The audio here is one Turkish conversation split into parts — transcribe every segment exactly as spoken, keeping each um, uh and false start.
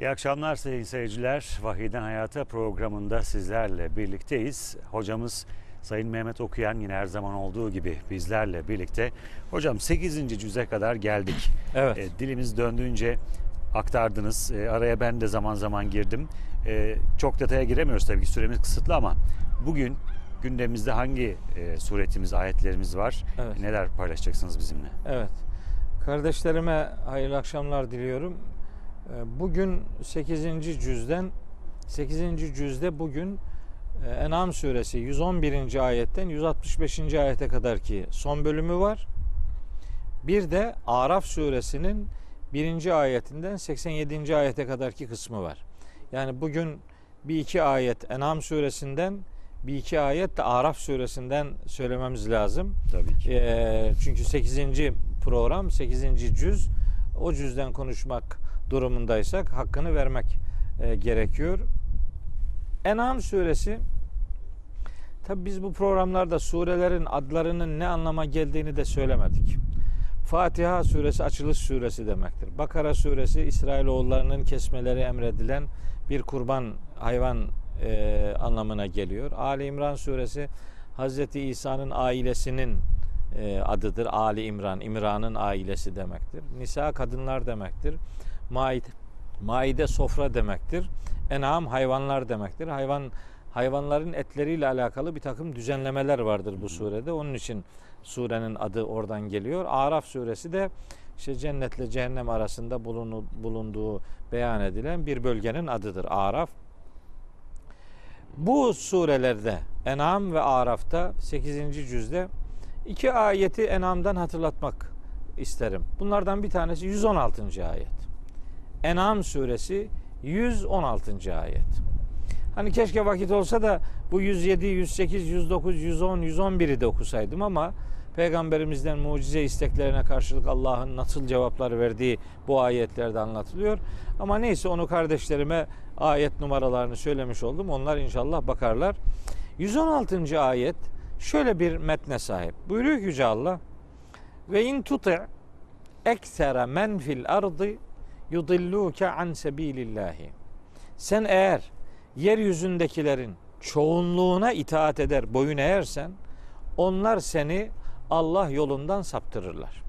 İyi akşamlar sevgili seyirciler. Vahiyden Hayata programında sizlerle birlikteyiz. Hocamız Sayın Mehmet Okuyan yine her zaman olduğu gibi bizlerle birlikte. Hocam sekizinci cüze kadar geldik. Evet. E, dilimiz döndüğünce aktardınız. E, araya ben de zaman zaman girdim. E, çok detaya giremiyoruz tabii ki, süremiz kısıtlı ama bugün gündemimizde hangi e, suretimiz, ayetlerimiz var? Evet. Neler paylaşacaksınız bizimle? Evet. Kardeşlerime hayırlı akşamlar diliyorum. Bugün sekizinci cüzden sekizinci cüzde bugün En'am suresi yüz on birinci ayetten yüz altmış beşinci ayete kadar ki son bölümü var. Bir de Araf suresinin birinci ayetinden seksen yedinci ayete kadarki kısmı var. Yani bugün bir iki ayet En'am suresinden, bir iki ayet de Araf suresinden söylememiz lazım. Tabii ki. E, çünkü sekizinci program, sekizinci cüz, o cüzden konuşmak durumundaysak hakkını vermek e, gerekiyor. En'am suresi, tabi biz bu programlarda surelerin adlarının ne anlama geldiğini de söylemedik. Fatiha suresi açılış suresi demektir. Bakara suresi İsrailoğullarının kesmeleri emredilen bir kurban hayvan e, anlamına geliyor. Ali İmran suresi Hazreti İsa'nın ailesinin e, adıdır. Ali İmran, İmran'ın ailesi demektir. Nisa kadınlar demektir. Maide, maide sofra demektir. En'am hayvanlar demektir. Hayvan hayvanların etleriyle alakalı bir takım düzenlemeler vardır bu surede. Onun için surenin adı oradan geliyor. Araf suresi de işte cennetle cehennem arasında bulunduğu beyan edilen bir bölgenin adıdır. Araf. Bu surelerde En'am ve Araf'ta sekizinci cüzde iki ayeti En'am'dan hatırlatmak isterim. Bunlardan bir tanesi yüz on altıncı ayet. En'am suresi yüz on altıncı ayet. Hani keşke vakit olsa da bu yüz yedi, yüz sekiz, yüz dokuz, yüz on, yüz on biri de okusaydım ama Peygamberimizden mucize isteklerine karşılık Allah'ın nasıl cevaplar verdiği bu ayetlerde anlatılıyor. Ama neyse, onu kardeşlerime ayet numaralarını söylemiş oldum. Onlar inşallah bakarlar. yüz on altıncı ayet şöyle bir metne sahip. Buyuruyor ki Yüce Allah: ve in tuti' eksere men fil ardı yudilluke an sebilillahi. Sen eğer yeryüzündekilerin çoğunluğuna itaat eder, boyun eğersen, onlar seni Allah yolundan saptırırlar.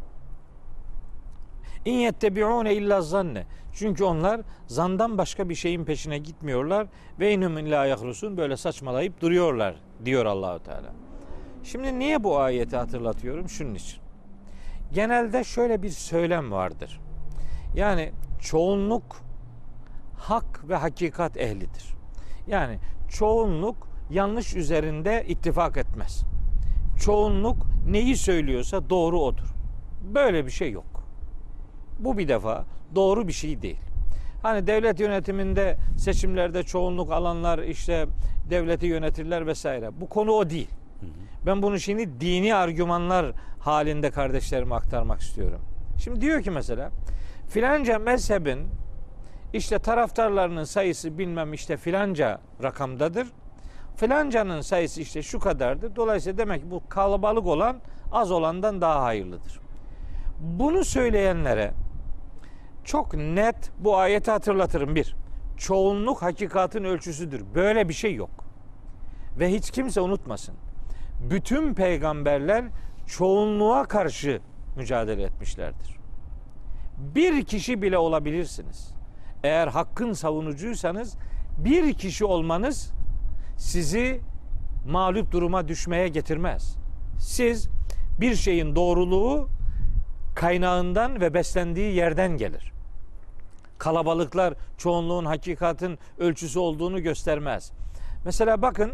İn yettebi'une illa zanne. Çünkü onlar zandan başka bir şeyin peşine gitmiyorlar ve inhum illa yahrusun, böyle saçmalayıp duruyorlar diyor Allahu Teala. Şimdi niye bu ayeti hatırlatıyorum? Şunun için. Genelde şöyle bir söylem vardır. Yani çoğunluk hak ve hakikat ehlidir. Yani çoğunluk yanlış üzerinde ittifak etmez. Çoğunluk neyi söylüyorsa doğru odur. Böyle bir şey yok. Bu bir defa doğru bir şey değil. Hani devlet yönetiminde, seçimlerde çoğunluk alanlar işte devleti yönetirler vesaire. Bu konu o değil. Ben bunu şimdi dini argümanlar halinde kardeşlerime aktarmak istiyorum. Şimdi diyor ki mesela filanca mezhebin işte taraftarlarının sayısı bilmem işte filanca rakamdadır. Filancanın sayısı işte şu kadardır. Dolayısıyla demek ki bu kalabalık olan az olandan daha hayırlıdır. Bunu söyleyenlere çok net bu ayeti hatırlatırım. Bir, çoğunluk hakikatin ölçüsüdür. Böyle bir şey yok. Ve hiç kimse unutmasın. Bütün peygamberler çoğunluğa karşı mücadele etmişlerdir. Bir kişi bile olabilirsiniz. Eğer hakkın savunucuysanız bir kişi olmanız sizi mağlup duruma düşmeye getirmez. Siz bir şeyin doğruluğu kaynağından ve beslendiği yerden gelir. Kalabalıklar çoğunluğun hakikatin ölçüsü olduğunu göstermez. Mesela bakın,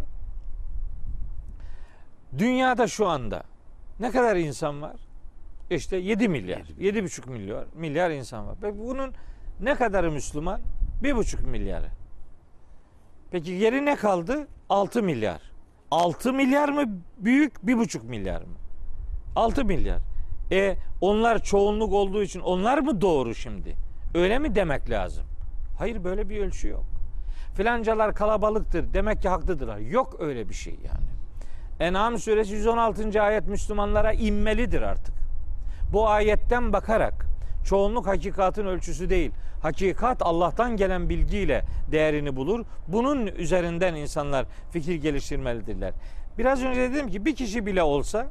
dünyada şu anda ne kadar insan var? İşte yedi milyar, yedi buçuk milyar milyar insan var. Peki bunun ne kadarı Müslüman? bir buçuk milyarı. Peki geri ne kaldı? altı milyar. altı milyar mı büyük, bir buçuk milyar mı? altı milyar. E onlar çoğunluk olduğu için onlar mı doğru şimdi? Öyle mi demek lazım? Hayır, böyle bir ölçü yok. Filancalar kalabalıktır, demek ki haklıdırlar. Yok öyle bir şey yani. En'am suresi yüz on altıncı ayet Müslümanlara inmelidir artık. Bu ayetten bakarak Çoğunluk hakikatin ölçüsü değil. Hakikat Allah'tan gelen bilgiyle değerini bulur. Bunun üzerinden insanlar fikir geliştirmelidirler. Biraz önce dedim ki bir kişi bile olsa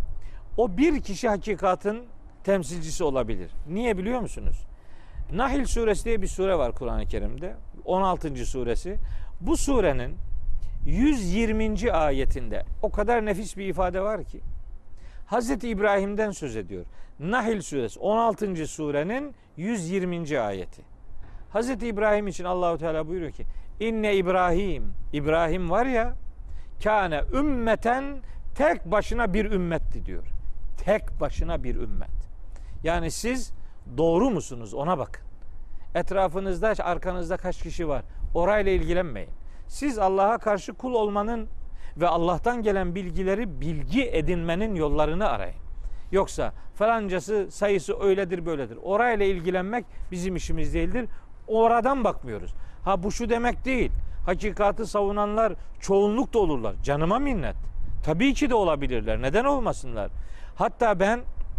o bir kişi hakikatin temsilcisi olabilir. Niye biliyor musunuz? Nahl suresi diye bir sure var Kur'an-ı Kerim'de. on altıncı suresi. Bu surenin yüz yirminci ayetinde o kadar nefis bir ifade var ki Hazreti İbrahim'den söz ediyor. Nahl suresi on altıncı surenin yüz yirminci ayeti. Hazreti İbrahim için Allahu Teala buyuruyor ki: İnne İbrahim, İbrahim var ya, kâne ümmeten, tek başına bir ümmetti diyor. Tek başına bir ümmet. Yani siz doğru musunuz ona bakın. Etrafınızda, arkanızda kaç kişi var? Orayla ilgilenmeyin. Siz Allah'a karşı kul olmanın ve Allah'tan gelen bilgileri bilgi edinmenin yollarını arayın. Yoksa falancası sayısı öyledir böyledir. Orayla ilgilenmek bizim işimiz değildir. Oradan bakmıyoruz. Ha bu şu demek değil. Hakikati savunanlar çoğunluk da olurlar. Canıma minnet. Tabii ki de olabilirler. Neden olmasınlar? Hatta ben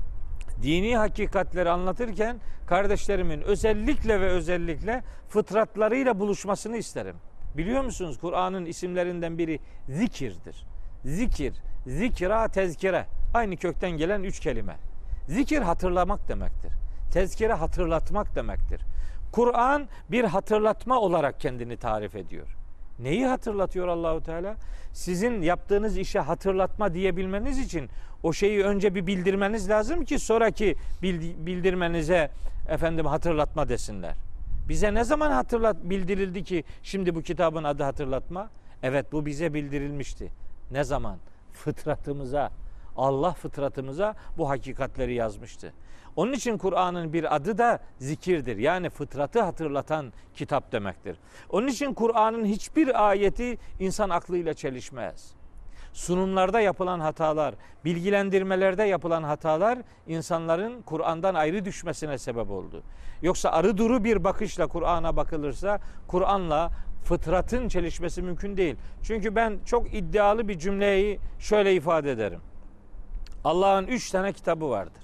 dini hakikatleri anlatırken kardeşlerimin özellikle ve özellikle fıtratlarıyla buluşmasını isterim. Biliyor musunuz? Kur'an'ın isimlerinden biri zikirdir. Zikir, zikra, tezkire. Aynı kökten gelen üç kelime. Zikir hatırlamak demektir. Tezkire hatırlatmak demektir. Kur'an bir hatırlatma olarak kendini tarif ediyor. Neyi hatırlatıyor Allahu Teala? Sizin yaptığınız işe hatırlatma diyebilmeniz için o şeyi önce bir bildirmeniz lazım ki sonraki bildirmenize efendim hatırlatma desinler. Bize ne zaman hatırlat bildirildi ki şimdi bu kitabın adı hatırlatma? Evet, bu bize bildirilmişti. Ne zaman? Fıtratımıza, Allah fıtratımıza bu hakikatleri yazmıştı. Onun için Kur'an'ın bir adı da zikirdir. Yani fıtratı hatırlatan kitap demektir. Onun için Kur'an'ın hiçbir ayeti insan aklıyla çelişmez. Sunumlarda yapılan hatalar, bilgilendirmelerde yapılan hatalar insanların Kur'an'dan ayrı düşmesine sebep oldu. Yoksa arı duru bir bakışla Kur'an'a bakılırsa Kur'an'la fıtratın çelişmesi mümkün değil. Çünkü ben çok iddialı bir cümleyi şöyle ifade ederim. Allah'ın üç tane kitabı vardır.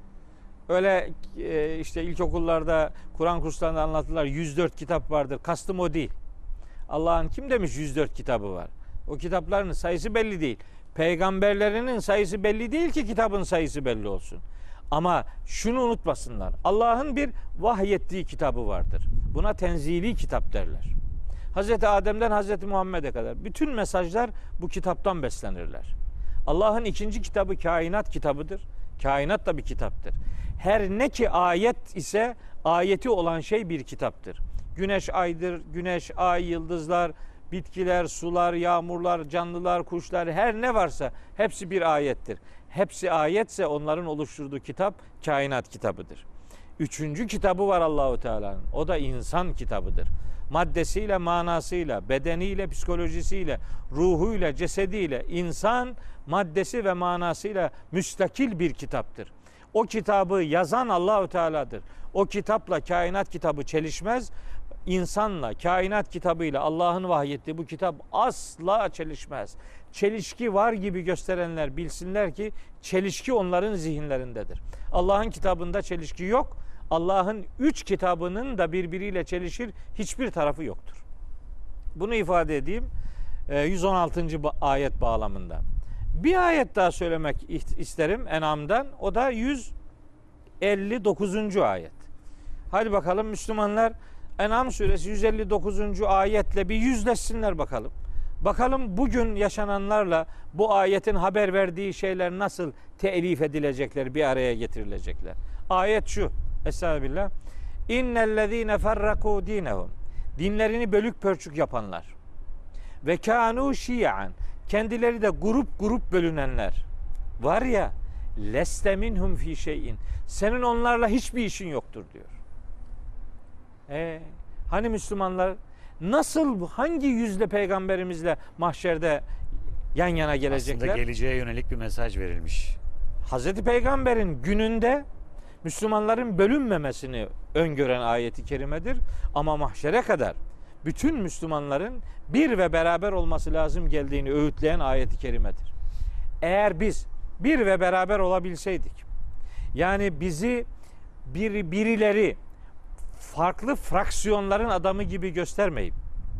Öyle e, işte ilkokullarda, Kur'an kurslarında anlatırlar yüz dört kitap vardır. Kastım o değil. Allah'ın kim demiş yüz dört kitabı var? O kitapların sayısı belli değil. Peygamberlerinin sayısı belli değil ki kitabın sayısı belli olsun. Ama şunu unutmasınlar. Allah'ın bir vahyettiği kitabı vardır. Buna tenzili kitap derler. Hazreti Adem'den Hazreti Muhammed'e kadar bütün mesajlar bu kitaptan beslenirler. Allah'ın ikinci kitabı kainat kitabıdır. Kainat da bir kitaptır. Her ne ki ayet ise ayeti olan şey bir kitaptır. Güneş aydır, güneş, ay, yıldızlar, bitkiler, sular, yağmurlar, canlılar, kuşlar, her ne varsa hepsi bir ayettir. Hepsi ayetse onların oluşturduğu kitap kainat kitabıdır. Üçüncü kitabı var Allahu Teala'nın. O da insan kitabıdır. Maddesiyle, manasıyla, bedeniyle, psikolojisiyle, ruhuyla, cesediyle insan maddesi ve manasıyla müstakil bir kitaptır. O kitabı yazan Allahu Teala'dır. O kitapla kainat kitabı çelişmez. İnsanla, kainat kitabıyla Allah'ın vahyettiği bu kitap asla çelişmez. Çelişki var gibi gösterenler bilsinler ki çelişki onların zihinlerindedir. Allah'ın kitabında çelişki yok. Allah'ın üç kitabının da birbiriyle çelişir hiçbir tarafı yoktur. Bunu ifade edeyim yüz on altıncı ayet bağlamında. Bir ayet daha söylemek isterim En'am'dan. O da yüz elli dokuzuncu ayet. Hadi bakalım Müslümanlar En'am suresi yüz elli dokuzuncu ayetle bir yüzleşsinler bakalım. Bakalım bugün yaşananlarla bu ayetin haber verdiği şeyler nasıl telif edilecekler, bir araya getirilecekler. Ayet şu. Estağfirullah. İnnellezîne ferrakû dînehum. Dinlerini bölük pörçük yapanlar. Ve kânû şi'an. Kendileri de grup grup bölünenler. Var ya, leste minhum fî şeyin. Senin onlarla hiçbir işin yoktur diyor. E, hani Müslümanlar nasıl, hangi yüzle peygamberimizle mahşerde yan yana gelecekler? Aslında geleceğe yönelik bir mesaj verilmiş. Hazreti Peygamber'in gününde Müslümanların bölünmemesini öngören ayeti kerimedir. Ama mahşere kadar bütün Müslümanların bir ve beraber olması lazım geldiğini öğütleyen ayeti kerimedir. Eğer biz bir ve beraber olabilseydik, yani bizi bir birileri farklı fraksiyonların adamı gibi göstermeyip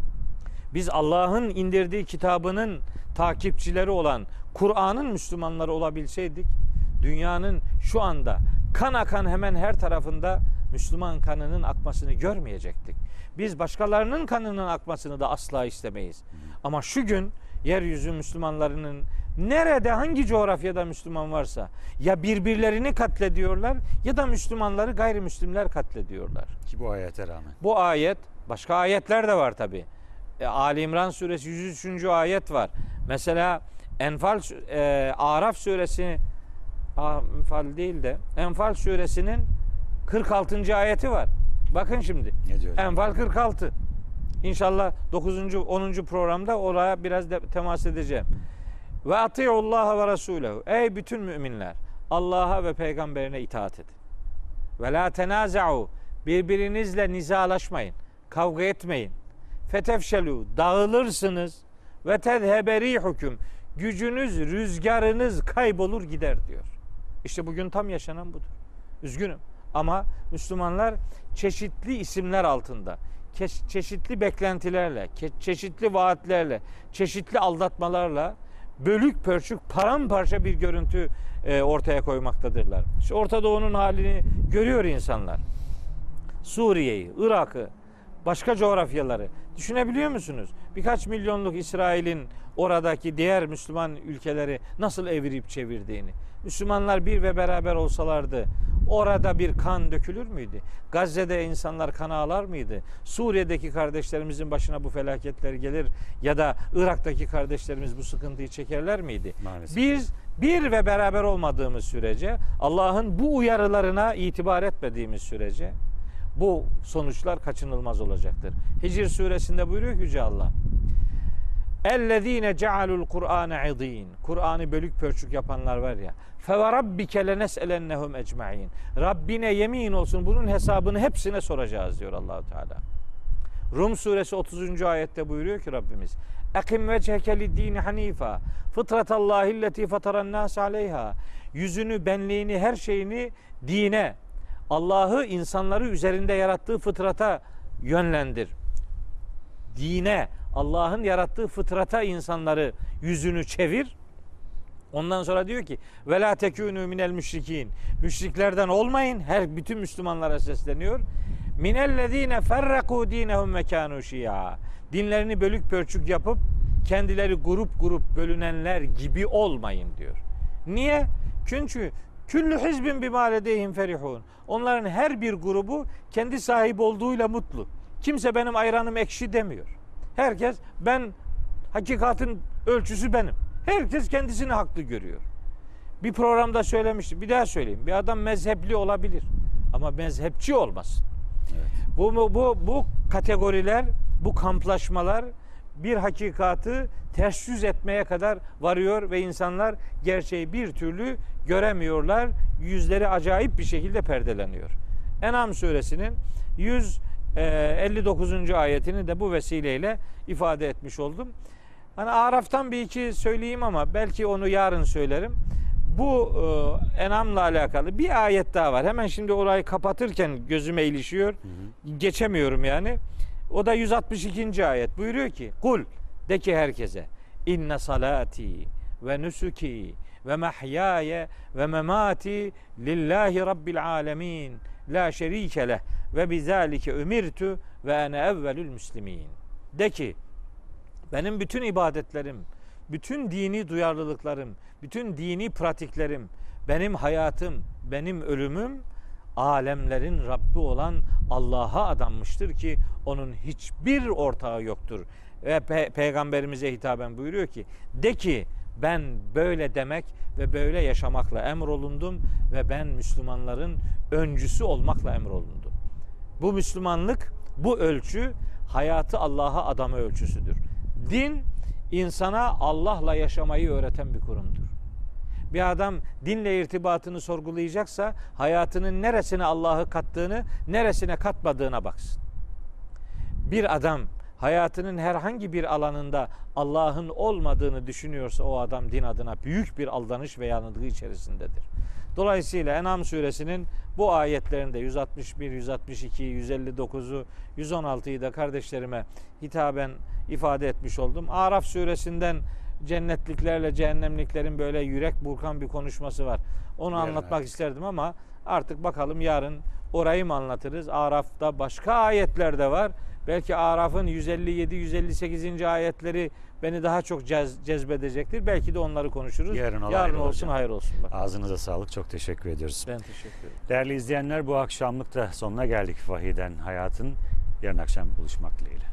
biz Allah'ın indirdiği kitabının takipçileri olan Kur'an'ın Müslümanları olabilseydik dünyanın şu anda kan akan hemen her tarafında Müslüman kanının akmasını görmeyecektik. Biz başkalarının kanının akmasını da asla istemeyiz. Ama şu gün yeryüzü Müslümanlarının nerede hangi coğrafyada Müslüman varsa ya birbirlerini katlediyorlar ya da Müslümanları gayrimüslimler katlediyorlar. Ki bu ayete rağmen. Bu ayet, başka ayetler de var tabi. E, Ali İmran suresi yüz üçüncü ayet var. Mesela Enfal e, Araf suresi Enfal değil de Enfal suresinin kırk altıncı ayeti var. Bakın şimdi. Ne diyor? Enfal kırk altı. İnşallah dokuzuncu onuncu programda oraya biraz de temas edeceğim. Ve atiullaha ve rasulehu. Ey bütün müminler, Allah'a ve peygamberine itaat edin. Ve la tenaza'u. Birbirinizle nizalaşmayın. Kavga etmeyin. Fetefşelu. Dağılırsınız. Ve tezheberi hüküm. Gücünüz, rüzgarınız kaybolur gider diyor. İşte bugün tam yaşanan budur. Üzgünüm. Ama Müslümanlar çeşitli isimler altında, çeşitli beklentilerle, çeşitli vaatlerle, çeşitli aldatmalarla bölük pörçük paramparça bir görüntü ortaya koymaktadırlar. İşte Orta Doğu'nun halini görüyor insanlar. Suriye'yi, Irak'ı, başka coğrafyaları düşünebiliyor musunuz? Birkaç milyonluk İsrail'in oradaki diğer Müslüman ülkeleri nasıl evirip çevirdiğini. Müslümanlar bir ve beraber olsalardı orada bir kan dökülür müydü? Gazze'de insanlar kan ağlar mıydı? Suriye'deki kardeşlerimizin başına bu felaketler gelir ya da Irak'taki kardeşlerimiz bu sıkıntıyı çekerler miydi? Maalesef. Biz bir ve beraber olmadığımız sürece, Allah'ın bu uyarılarına itibar etmediğimiz sürece bu sonuçlar kaçınılmaz olacaktır. Hicr suresinde buyuruyor ki Yüce Allah. اَلَّذ۪ينَ جَعَلُوا الْقُرْآنَ عِض۪ينَ Kur'an'ı bölük pörçük yapanlar var ya. فَوَرَبِّكَ لَنَسْأَلَنَّهُمْ اَجْمَع۪ينَ Rabbine yemin olsun bunun hesabını hepsine soracağız diyor Allah-u Teala. Rum suresi otuzuncu ayette buyuruyor ki Rabbimiz اَقِمْ وَجْهَكَ لِد۪ينِ حَن۪يفًا فِطْرَةَ اللّٰهِ الَّتِي فَطَرَ النَّاسَ عَلَيْهَا Yüzünü, benliğini, her şeyini dine, Allah'ı insanları üzerinde yarattığı fıtrata yönlendir. Dine, Allah'ın yarattığı fıtrata insanları yüzünü çevir. Ondan sonra diyor ki ve la tekûnû minel müşrikîn. Müşriklerden olmayın. Her bütün Müslümanlara sesleniyor. Minellezîne ferrakû dînehum ve kânû şi'a. Dinlerini bölük pörçük yapıp kendileri grup grup bölünenler gibi olmayın diyor. Niye? Çünkü küllü hizbin bimâ ledeyhim ferihûn. Onların her bir grubu kendi sahip olduğuyla mutlu. Kimse benim ayranım ekşi demiyor. Herkes ben hakikatin ölçüsü benim. Herkes kendisini haklı görüyor. Bir programda söylemiştim. Bir daha söyleyeyim. Bir adam mezhepli olabilir ama mezhepçi olmaz. Evet. Bu bu bu kategoriler, bu kamplaşmalar bir hakikatı ters yüz etmeye kadar varıyor ve insanlar gerçeği bir türlü göremiyorlar. Yüzleri acayip bir şekilde perdeleniyor. En'am suresinin yüz elli dokuzuncu ayetini de bu vesileyle ifade etmiş oldum. Hani Araf'tan bir iki söyleyeyim ama belki onu yarın söylerim. Bu e, En'am'la alakalı bir ayet daha var. Hemen şimdi orayı kapatırken gözüme ilişiyor. Hı hı. Geçemiyorum yani. O da yüz altmış ikinci ayet. Buyuruyor ki kul de ki herkese inne salati ve nusuki ve mahyaya ve memati lillahi rabbil alemin la şerike leh ve bizalike umirtu ve ene evvelül müslimin. De ki benim bütün ibadetlerim, bütün dini duyarlılıklarım, bütün dini pratiklerim, benim hayatım, benim ölümüm alemlerin Rabbi olan Allah'a adanmıştır ki onun hiçbir ortağı yoktur. Ve Pe- Peygamberimize hitaben buyuruyor ki de ki ben böyle demek ve böyle yaşamakla emrolundum ve ben Müslümanların öncüsü olmakla emrolundum. Bu Müslümanlık, bu ölçü hayatı Allah'a adama ölçüsüdür. Din insana Allah'la yaşamayı öğreten bir kurumdur. Bir adam dinle irtibatını sorgulayacaksa hayatının neresine Allah'ı kattığını, neresine katmadığına baksın. Bir adam hayatının herhangi bir alanında Allah'ın olmadığını düşünüyorsa o adam din adına büyük bir aldanış ve yanılgı içerisindedir. Dolayısıyla En'am suresinin bu ayetlerinde yüz altmış bir, yüz altmış iki, yüz elli dokuzu, yüz on altıyı da kardeşlerime hitaben ifade etmiş oldum. Araf suresinden cennetliklerle cehennemliklerin böyle yürek burkan bir konuşması var. Onu Yarın anlatmak artık. isterdim ama artık bakalım yarın orayı mı anlatırız? Araf'ta başka ayetler de var. Belki Araf'ın yüz elli yedi yüz elli sekizinci ayetleri beni daha çok cez, cezbedecektir. Belki de onları konuşuruz. Yarın olaylı Yarın olsun, hocam. hayır olsun. Bak. Ağzınıza sağlık. Çok teşekkür ediyoruz. Ben teşekkür ederim. Değerli izleyenler, bu akşamlık da sonuna geldik Vahiden Hayat'ın. Yarın akşam buluşmak dileğiyle.